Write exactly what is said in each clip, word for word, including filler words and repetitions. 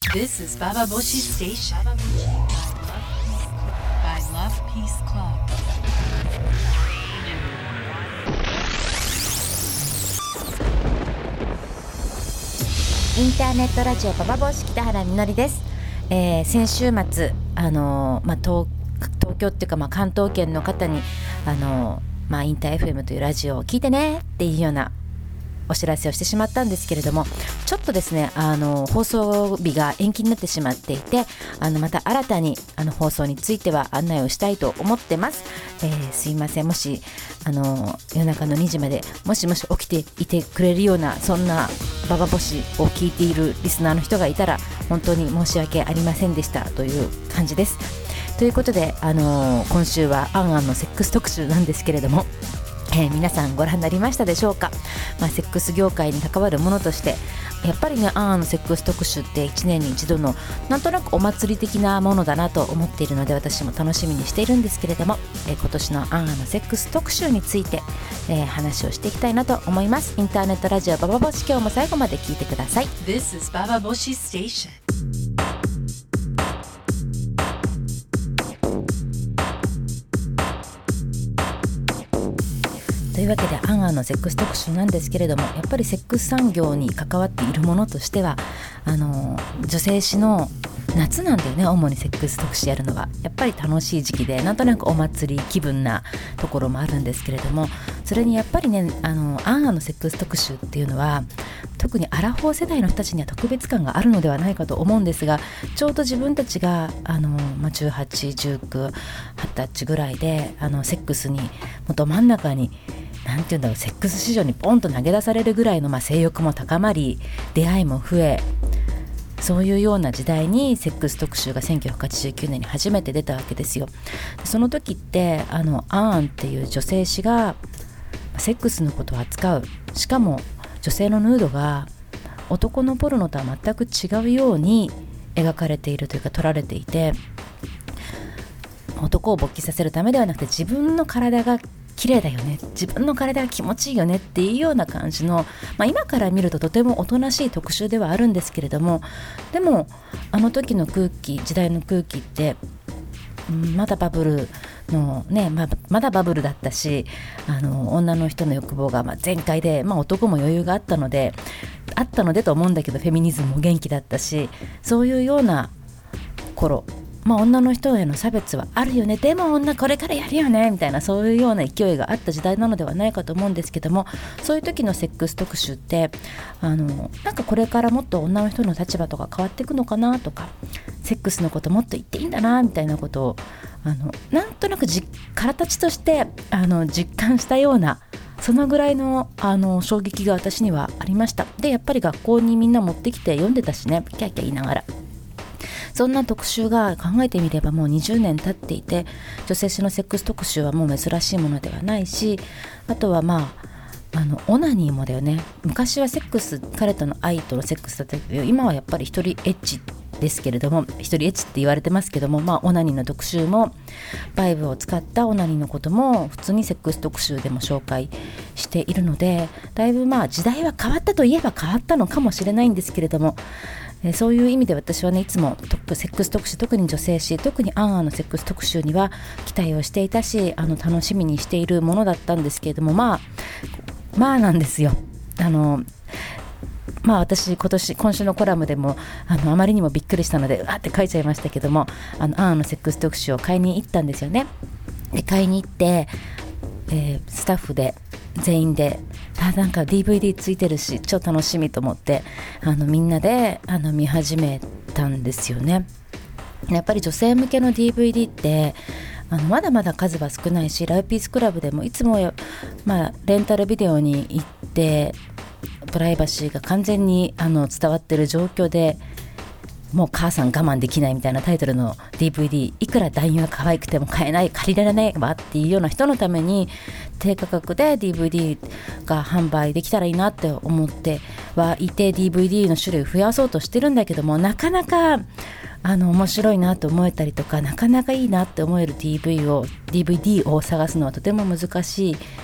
This is Baba Boshi Station by Love Peace Club. インターネットラジオババボシ北原みのりです。えー、先週末、あのーまあ、東, 東京っていうか、まあ、関東圏の方に、あのーまあ、インター エフエム というラジオを聞いてねっていうようなお知らせをしてしまったんですけれども、ちょっとですね、あの放送日が延期になってしまっていて、あのまた新たにあの放送については案内をしたいと思ってます。えー、すいません、もしあの夜中のにじまでもしもし起きていてくれるような、そんなババボシを聞いているリスナーの人がいたら本当に申し訳ありませんでしたという感じです。ということで、あの今週はアンアンのセックス特集なんですけれども、えー、皆さんご覧になりましたでしょうか。まあ、セックス業界に関わるものとしてやっぱりね、アンアンのセックス特集っていちねんに一度のなんとなくお祭り的なものだなと思っているので、私も楽しみにしているんですけれども、えー、今年のアンアンのセックス特集について、えー、話をしていきたいなと思います。インターネットラジオババボシ、今日も最後まで聞いてください。 This is Baba Boshi Station。 というわけで、アンアンのセックス特集なんですけれども、やっぱりセックス産業に関わっているものとしては、あの女性誌の夏なんだよね。主にセックス特集やるのはやっぱり楽しい時期で、なんとなくお祭り気分なところもあるんですけれども、それにやっぱりね、あのアンアンのセックス特集っていうのは特にアラフォー世代の人たちには特別感があるのではないかと思うんですが、ちょうど自分たちがあの、まあ、じゅうはち、じゅうきゅう、はたちぐらいで、あのセックスにもうど真ん中に、なんていうんだろう、セックス市場にポンと投げ出されるぐらいの、まあ、性欲も高まり、出会いも増え、そういうような時代にセックス特集がせんきゅうひゃくはちじゅうきゅうねんに初めて出たわけですよ。その時ってあのアンアンっていう女性誌がセックスのことを扱う、しかも女性のヌードが男のポルノとは全く違うように描かれているというか撮られていて、男を勃起させるためではなくて、自分の体が綺麗だよね、自分の体が気持ちいいよねっていうような感じの、まあ、今から見るととてもおとなしい特集ではあるんですけれども、でもあの時の空気、時代の空気って、うん、まだバブルのね、まあ、まだバブルだったし、あの女の人の欲望がまあ全開で、まあ、男も余裕があったのであったのでと思うんだけど、フェミニズムも元気だったし、そういうような頃、まあ、女の人への差別はあるよね、でも女これからやるよねみたいな、そういうような勢いがあった時代なのではないかと思うんですけども、そういう時のセックス特集って、あのなんかこれからもっと女の人の立場とか変わっていくのかなとか、セックスのこともっと言っていいんだなみたいなことを、あのなんとなくじ体立ちとしてあの実感したような、そのぐらい の, あの衝撃が私にはありました。でやっぱり学校にみんな持ってきて読んでたしね、キャーキャー言いながら。そんな特集が考えてみればもうにじゅうねん経っていて、女性誌のセックス特集はもう珍しいものではないし、あとはまああのオナニーもだよね。昔はセックス、彼との愛とのセックスだったけど、今はやっぱり一人エッチですけれども、一人エッチって言われてますけども、まあオナニーの特集も、バイブを使ったオナニーのことも普通にセックス特集でも紹介しているので、だいぶまあ時代は変わったといえば変わったのかもしれないんですけれども、えー、そういう意味で私はね、いつもトップセックス特集、特に女性誌、特にアンアンのセックス特集には期待をしていたし、あの楽しみにしているものだったんですけれども、まあまあなんですよ。あのまあ私今年今週のコラムでも あのあまりにもびっくりしたのでわーって書いちゃいましたけども、あのアンアンのセックス特集を買いに行ったんですよね。で買いに行って、えー、スタッフで全員で、あ、なんか ディーブイディー ついてるし超楽しみと思って、あのみんなであの見始めたんですよね。やっぱり女性向けの ディーブイディー ってあのまだまだ数は少ないし、ラブピースクラブでもいつも、まあ、レンタルビデオに行ってプライバシーが完全にあの伝わってる状況で、もう母さん我慢できないみたいなタイトルの ディーブイディー、いくら男優が可愛くても買えない、借りられないわっていうような人のために低価格で ディーブイディー が販売できたらいいなって思ってはいて、 ディーブイディー の種類を増やそうとしてるんだけども、なかなかあの面白いなと思えたりとか、なかなかいいなって思える ディーブイ を ディーブイディー を探すのはとても難しい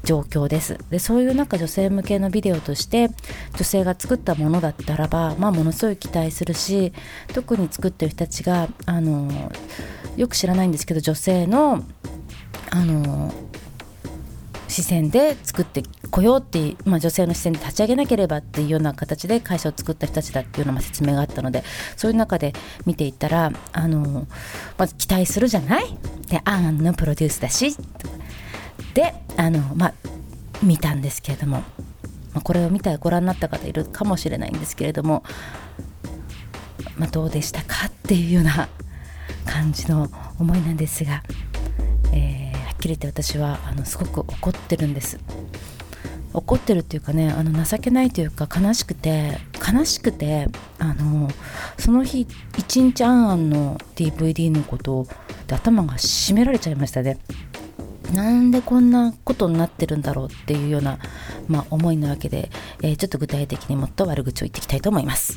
状況です。でそういう中女性向けのビデオとして女性が作ったものだったらば、まあ、ものすごい期待するし、特に作ってる人たちがあのよく知らないんですけど、女性のあの視線で作ってこようっていう、まあ、女性の視線で立ち上げなければっていうような形で会社を作った人たちだっていうような説明があったので、そういう中で見ていったらあの、まず期待するじゃない。でアンのプロデュースだしであの、まあ、見たんですけれども、まあ、これを見たご覧になった方いるかもしれないんですけれども、まあ、どうでしたかっていうような感じの思いなんですが、えーはっきり言って私はあのすごく怒ってるんです。怒ってるっていうかね、あの情けないというか悲しくて悲しくてあのその日一日あんあんの ディーブイディー のことで頭が締められちゃいましたね。なんでこんなことになってるんだろうっていうような、まあ、思いなわけで、えー、ちょっと具体的にもっと悪口を言っていきたいと思います。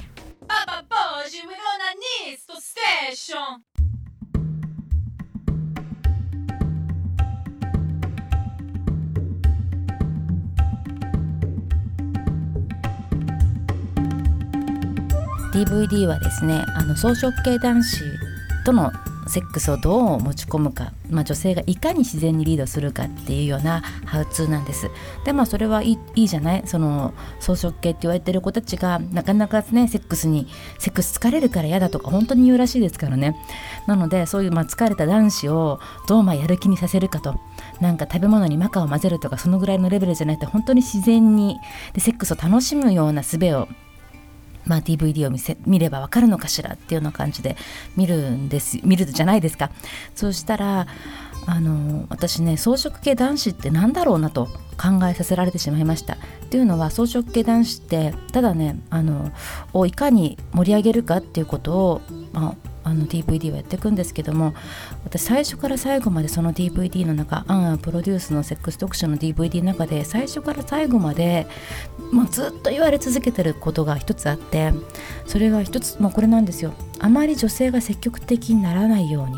ディーブイディー はですね、あの草食系男子とのセックスをどう持ち込むか、まあ、女性がいかに自然にリードするかっていうようなハウツーなんです。でまあそれはいい、いいじゃない。その草食系って言われてる子たちがなかなかねセックスにセックス疲れるから嫌だとか本当に言うらしいですからね。なのでそういうまあ疲れた男子をどうまあやる気にさせるかと、なんか食べ物にマカを混ぜるとかそのぐらいのレベルじゃなくて、本当に自然にでセックスを楽しむような術をまあ、ディーブイディー を 見せ見ればわかるのかしらっていうような感じで見るんです見るじゃないですか。そうしたらあの私ね、草食系男子ってなんだろうなと考えさせられてしまいました。っていうのは草食系男子ってただねあのをいかに盛り上げるかっていうことを、まああの ディーブイディー はやっていくんですけども、私最初から最後までその ディーブイディー の中、アンアンプロデュースのセックス特集の ディーブイディー の中で最初から最後までもうずっと言われ続けてることが一つあって、それが一つ、まあ、これなんですよ。あまり女性が積極的にならないように、うん、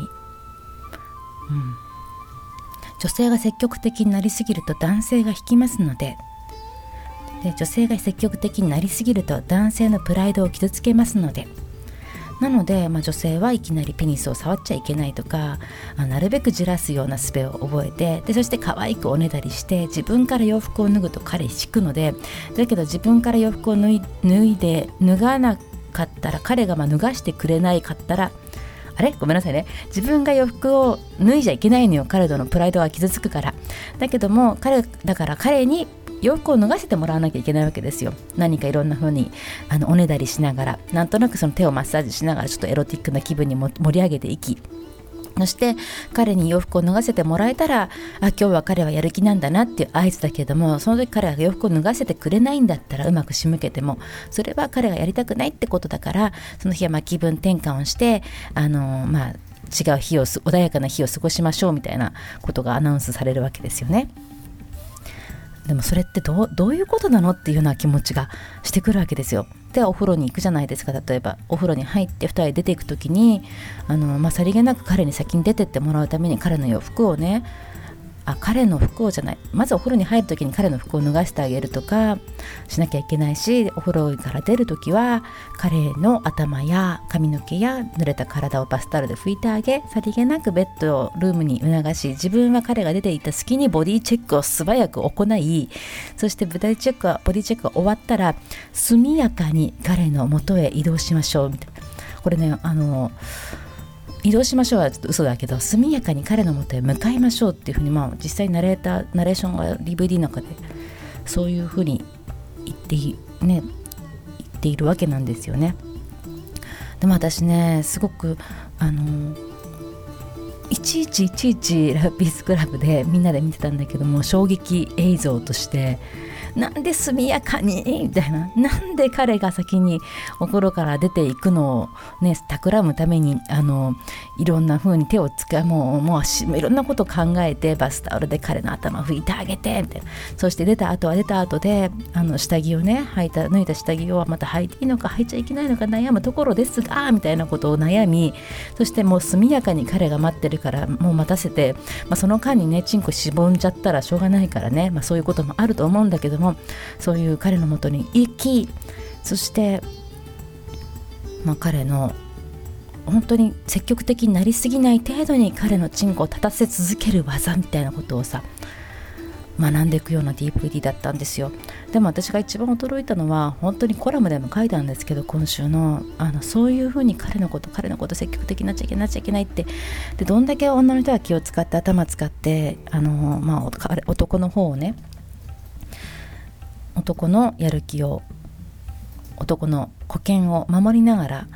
女性が積極的になりすぎると男性が引きますので、で女性が積極的になりすぎると男性のプライドを傷つけますので、なので、まあ、女性はいきなりペニスを触っちゃいけないとか、あなるべくじらすような術を覚えて、でそして可愛くおねだりして自分から洋服を脱ぐと彼引くので、だけど自分から洋服を脱い、脱いで脱がなかったら彼がまあ脱がしてくれないかったら、あれごめんなさいね、自分が洋服を脱いじゃいけないのよ。彼とのプライドは傷つくから。だけども彼だから彼に洋服を脱がせてもらわなきゃいけないわけですよ。何かいろんな風にあのおねだりしながら、なんとなくその手をマッサージしながらちょっとエロティックな気分にも盛り上げていき、そして彼に洋服を脱がせてもらえたら、あ今日は彼はやる気なんだなっていう合図だけども、その時彼が洋服を脱がせてくれないんだったらうまく仕向けてもそれは彼がやりたくないってことだから、その日はまあ気分転換をしてあのまあ違う日を穏やかな日を過ごしましょうみたいなことがアナウンスされるわけですよね。でもそれってどう、どういうことなのっていうような気持ちがしてくるわけですよ。でお風呂に行くじゃないですか。例えばお風呂に入ってふたり出ていくときにあの、まあ、さりげなく彼に先に出てってもらうために彼の洋服をねあ彼の服をじゃないまずお風呂に入るときに彼の服を脱がせてあげるとかしなきゃいけないし、お風呂から出るときは彼の頭や髪の毛や濡れた体をバスタオルで拭いてあげ、さりげなくベッドルームに促し、自分は彼が出ていった隙にボディチェックを素早く行い、そしてボディチェックはボディチェックが終わったら速やかに彼の元へ移動しましょうみたいな。これねあの移動しましょうはちょっと嘘だけど、速やかに彼の元へ向かいましょうっていうふうに、まあ、実際ナレーターナレーションが ディーブイディー の中でそういうふうに言ってい、ね、言っているわけなんですよね。でも私ねすごくあのいちいちいちいちラブピースクラブでみんなで見てたんだけども、衝撃映像としてなんで速やかにみたいな、なんで彼が先にお風呂から出ていくのをね企むためにあのいろんな風に手をつかもうもうしいろんなことを考えてバスタオルで彼の頭を拭いてあげてみたいな、そして出た後は出た後であの下着をね履いた脱いだ下着をまた履いていいのか履いちゃいけないのか悩むところですがみたいなことを悩み、そしてもう速やかに彼が待ってるからもう待たせて、まあ、その間にねチンコしぼんじゃったらしょうがないからね、まあ、そういうこともあると思うんだけども、そういう彼のもとに行き、そして、まあ、彼の本当に積極的になりすぎない程度に彼のチンコを立たせ続ける技みたいなことをさ学んでいくような ディーブイディー だったんですよ。でも私が一番驚いたのは本当にコラムでも書いたんですけど、今週のあのそういうふうに彼のこと彼のこと積極的になっちゃいけないなっちゃいけないってで、どんだけ女の人は気を使って頭使ってあの、まあ、男の方をね男のやる気を男の沽券を守りながら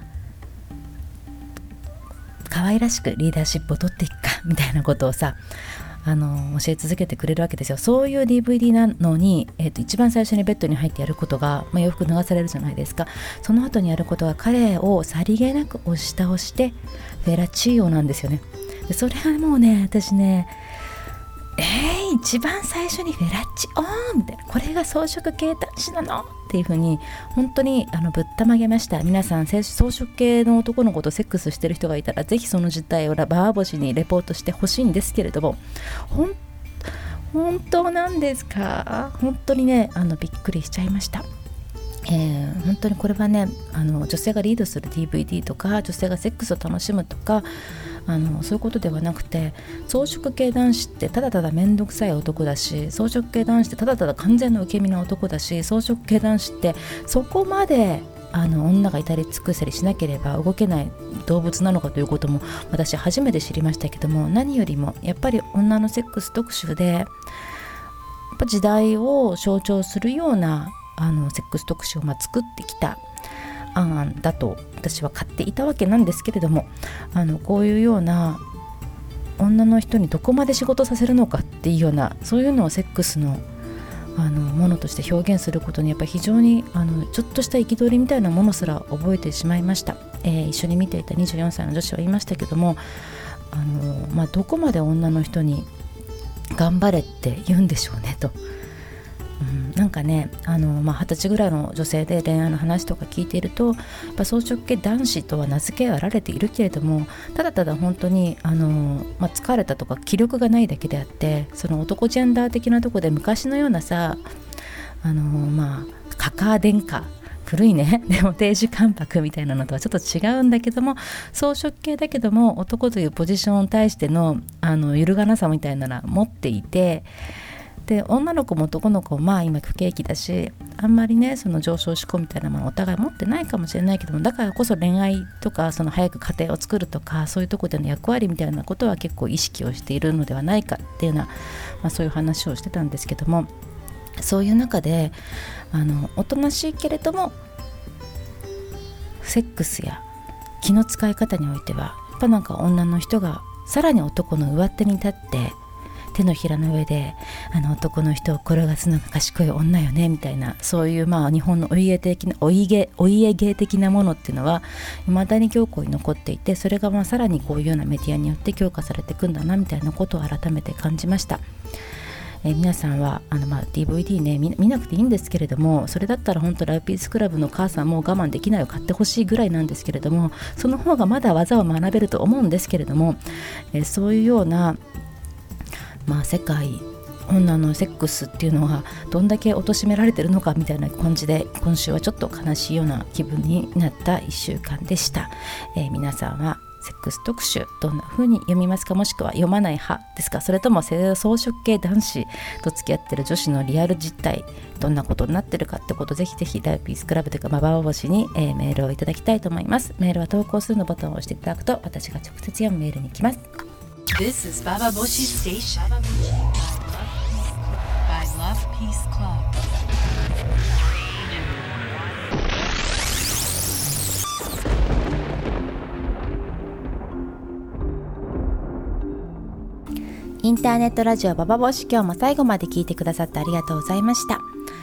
可愛らしくリーダーシップを取っていくかみたいなことをさあの教え続けてくれるわけですよ。そういう ディーブイディー なのに、えー、と一番最初にベッドに入ってやることが、まあ、洋服脱がされるじゃないですか。その後にやることは彼をさりげなく押し倒してフェラチーオなんですよね。でそれはもうね私ねえー、一番最初にフェラチオーンみたいな、これが装飾系男子なのっていう風に本当にあのぶったまげました。皆さん装飾系の男の子とセックスしてる人がいたらぜひその実態をバーボシにレポートしてほしいんですけれども、ほん本当なんですか？本当にねあのびっくりしちゃいました。えー、本当にこれはねあの女性がリードする ディーブイディー とか女性がセックスを楽しむとかあのそういうことではなくて、装飾系男子ってただただめんどくさい男だし、装飾系男子ってただただ完全な受け身な男だし、装飾系男子ってそこまであの女が至り尽くせりしなければ動けない動物なのかということも私初めて知りましたけども、何よりもやっぱり女のセックス特集でやっぱ時代を象徴するようなあのセックス特集をまあ作ってきた案だと私は買っていたわけなんですけれども、あのこういうような女の人にどこまで仕事させるのかっていうようなそういうのをセックスのあのものとして表現することにやっぱり非常にあのちょっとした憤りみたいなものすら覚えてしまいました。えー、一緒に見ていたにじゅうよんさいの女子は言いましたけども、あの、まあ、どこまで女の人に頑張れって言うんでしょうねと。うん、なんかねあの、まあ、はたちぐらいの女性で恋愛の話とか聞いているとやっぱ装飾系男子とは名付けられているけれども、ただただ本当にあの、まあ、疲れたとか気力がないだけであって、その男ジェンダー的なとこで昔のようなさあのまあカカア殿下古いねでも定時関白みたいなのとはちょっと違うんだけども、装飾系だけども男というポジションに対してのあの揺るがなさみたいなのは持っていて、で女の子も男の子もまあ今不景気だしあんまりねその上昇志向みたいなものをお互い持ってないかもしれないけども、だからこそ恋愛とかその早く家庭を作るとかそういうところでの役割みたいなことは結構意識をしているのではないかっていうような、まあ、そういう話をしてたんですけども、そういう中であのおとなしいけれどもセックスや気の使い方においてはやっぱなんか女の人がさらに男の上手に立って手のひらの上であの男の人を転がすのが賢い女よねみたいな、そういうまあ日本のお家的なお家お家芸的なものっていうのは未だに強固に残っていて、それがまあさらにこういうようなメディアによって強化されていくんだなみたいなことを改めて感じました。えー、皆さんはあの、まあ、ディーブイディー ね 見, 見なくていいんですけれども、それだったら本当ライピースクラブの母さんもう我慢できないを買ってほしいぐらいなんですけれども、その方がまだ技を学べると思うんですけれども、えー、そういうようなまあ、世界女のセックスっていうのはどんだけ貶められてるのかみたいな感じで、今週はちょっと悲しいような気分になったいっしゅうかんでした。えー、皆さんはセックス特集どんな風に読みますか、もしくは読まない派ですか、それとも装飾系男子と付き合ってる女子のリアル実態どんなことになってるかってことをぜひぜひライピースクラブというかマバオ星に、えー、メールをいただきたいと思います。メールは投稿するのボタンを押していただくと私が直接読むメールに来ます。 This is Baba Boshi Station by Love Peace Club. インターネットラジオババボシ、今日も最後まで聞いてくださってありがとうございました。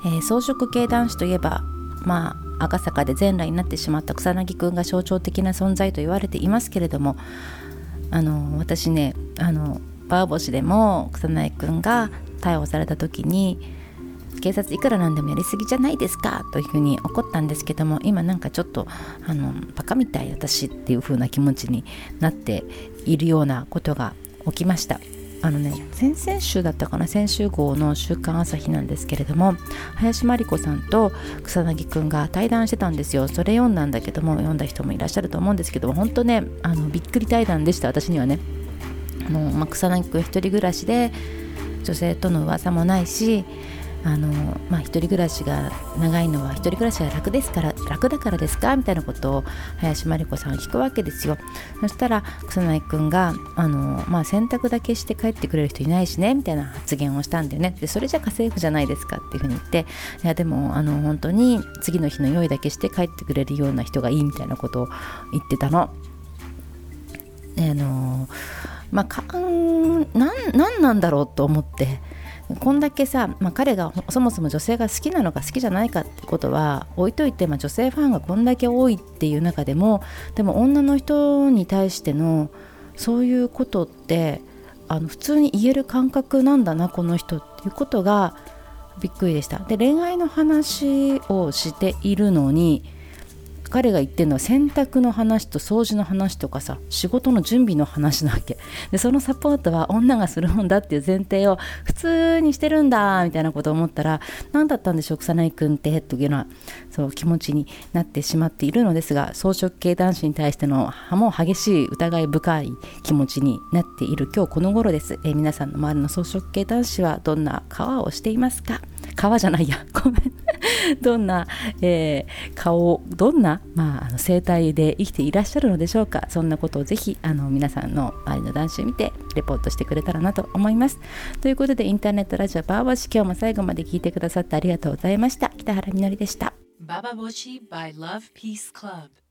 えー、草食系男子といえばまあ赤坂で全裸になってしまった草薙くんが象徴的な存在と言われていますけれども、あの私ねあのバーボシでも草薙くんが逮捕された時に警察いくらなんでもやりすぎじゃないですかというふうに怒ったんですけども、今なんかちょっとあのバカみたい私っていう風な気持ちになっているようなことが起きました。あのね先々週だったかな、先週号の週刊朝日なんですけれども、林真理子さんと草薙くんが対談してたんですよ。それ読んだんだけども、読んだ人もいらっしゃると思うんですけども、本当ねあのびっくり対談でした。私にはねもう、まあ、草薙くん一人暮らしで女性との噂もないし、あのまあ、一人暮らしが長いのは一人暮らしが楽ですから楽だからですかみたいなことを林真理子さんが聞くわけですよ。そしたら草薙くんがあの、まあ、洗濯だけして帰ってくれる人いないしねみたいな発言をしたんだよね。でそれじゃ家政婦じゃないですかっていうふうに言って、いやでもあの本当に次の日の用意だけして帰ってくれるような人がいいみたいなことを言ってたの。であのまあかんなんなんなんだろうと思って、こんだけさ、まあ、彼がそもそも女性が好きなのか好きじゃないかってことは置いといて、まあ、女性ファンがこんだけ多いっていう中でも、でも女の人に対してのそういうことってあの普通に言える感覚なんだなこの人っていうことがびっくりでした。で恋愛の話をしているのに彼が言ってるのは洗濯の話と掃除の話とかさ、仕事の準備の話なわけで、そのサポートは女がするもんだっていう前提を普通にしてるんだみたいなことを思ったら、何だったんでしょう草薙くんってというようなそう気持ちになってしまっているのですが、草食系男子に対してのもう激しい疑い深い気持ちになっている今日この頃です。えー、皆さんの周りの草食系男子はどんな顔をしていますか？顔じゃないやごめんどんな、えー、顔どんな、まあ、あの生態で生きていらっしゃるのでしょうか。そんなことをぜひあの皆さんの周りの男子を見てレポートしてくれたらなと思います。ということでインターネットラジオバーボシ、今日も最後まで聞いてくださってありがとうございました。北原みのりでした。 Bababoshi by Love Peace Club